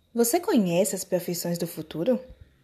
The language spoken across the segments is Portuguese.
Você conhece as profissões do futuro?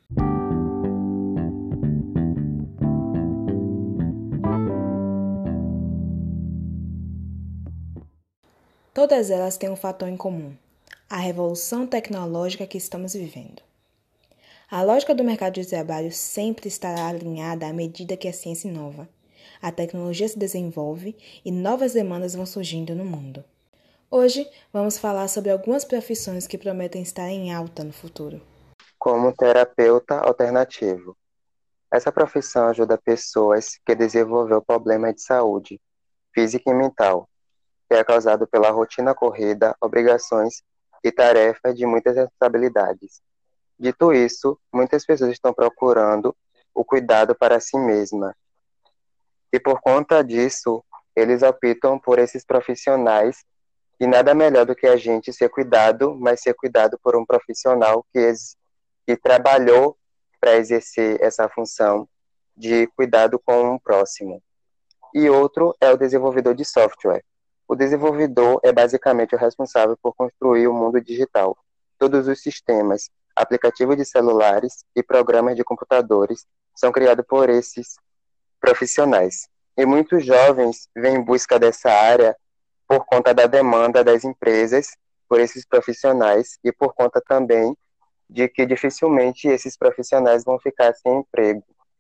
Todas elas têm um fator em comum: a revolução tecnológica que estamos vivendo. A lógica do mercado de trabalho sempre estará alinhada à medida que a ciência inova, a tecnologia se desenvolve e novas demandas vão surgindo no mundo. Hoje, vamos falar sobre algumas profissões que prometem estar em alta no futuro. Como terapeuta alternativo. Essa profissão ajuda pessoas que desenvolveram problemas de saúde, física e mental, que é causado pela rotina corrida, obrigações e tarefas de muitas responsabilidades. Dito isso, muitas pessoas estão procurando o cuidado para si mesma, e por conta disso, eles optam por esses profissionais, e nada melhor do que a gente ser cuidado, mas ser cuidado por um profissional que trabalhou para exercer essa função de cuidado com o próximo. E outro é o desenvolvedor de software. O desenvolvedor é basicamente o responsável por construir o mundo digital. Todos os sistemas, aplicativos de celulares e programas de computadores são criados por esses profissionais. E muitos jovens vêm em busca dessa área por conta da demanda das empresas por esses profissionais e por conta também de que dificilmente esses profissionais vão ficar sem emprego.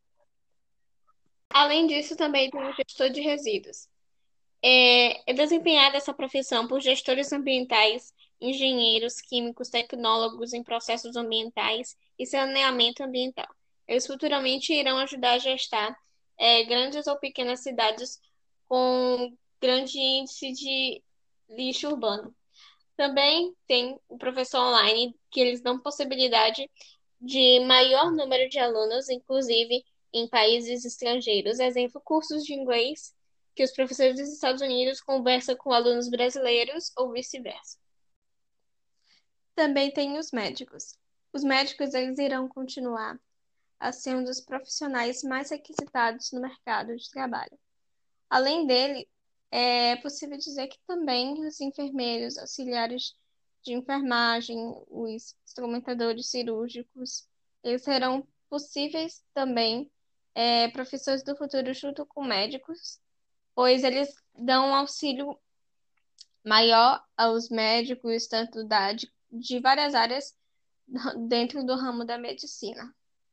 Além disso, também tem o gestor de resíduos. É desempenhada essa profissão por gestores ambientais, engenheiros, químicos, tecnólogos em processos ambientais e saneamento ambiental. Eles futuramente irão ajudar a gestar grandes ou pequenas cidades com grande índice de lixo urbano. Também tem o professor online, que eles dão possibilidade de maior número de alunos, inclusive em países estrangeiros. Exemplo, cursos de inglês que os professores dos Estados Unidos conversam com alunos brasileiros ou vice-versa. Também tem os médicos. Os médicos eles irão continuar a ser um dos profissionais mais requisitados no mercado de trabalho. Além dele, é possível dizer que também os enfermeiros, auxiliares de enfermagem, os instrumentadores cirúrgicos, eles serão possíveis também profissões do futuro junto com médicos, pois eles dão um auxílio maior aos médicos, tanto de várias áreas dentro do ramo da medicina.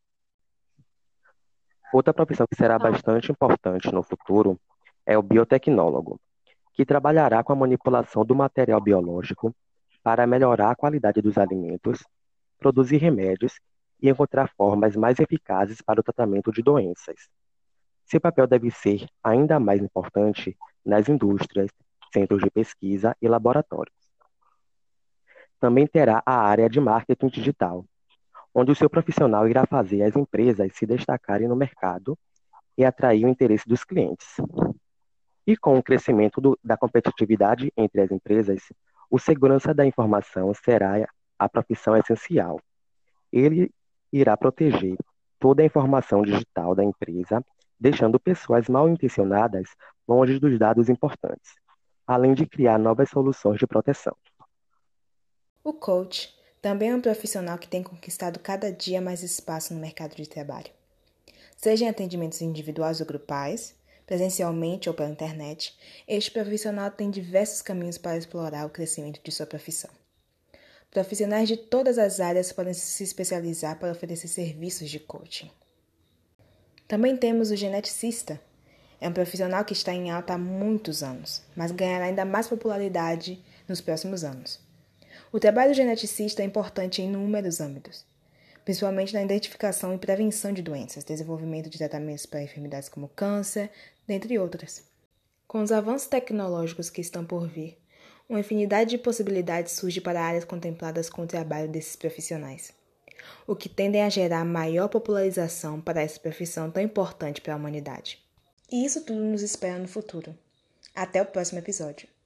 Outra profissão que será bastante importante no futuro é o biotecnólogo, que trabalhará com a manipulação do material biológico para melhorar a qualidade dos alimentos, produzir remédios e encontrar formas mais eficazes para o tratamento de doenças. Seu papel deve ser ainda mais importante nas indústrias, centros de pesquisa e laboratórios. Também terá a área de marketing digital, onde o seu profissional irá fazer as empresas se destacarem no mercado e atrair o interesse dos clientes. E com o crescimento da competitividade entre as empresas, o segurança da informação será a profissão essencial. Ele irá proteger toda a informação digital da empresa, deixando pessoas mal intencionadas longe dos dados importantes, além de criar novas soluções de proteção. O coach também é um profissional que tem conquistado cada dia mais espaço no mercado de trabalho. Seja em atendimentos individuais ou grupais, presencialmente ou pela internet, este profissional tem diversos caminhos para explorar o crescimento de sua profissão. Profissionais de todas as áreas podem se especializar para oferecer serviços de coaching. Também temos o geneticista. É um profissional que está em alta há muitos anos, mas ganhará ainda mais popularidade nos próximos anos. O trabalho do geneticista é importante em inúmeros âmbitos, principalmente na identificação e prevenção de doenças, desenvolvimento de tratamentos para enfermidades como câncer, dentre outras. Com os avanços tecnológicos que estão por vir, uma infinidade de possibilidades surge para áreas contempladas com o trabalho desses profissionais, o que tendem a gerar maior popularização para essa profissão tão importante para a humanidade. E isso tudo nos espera no futuro. Até o próximo episódio.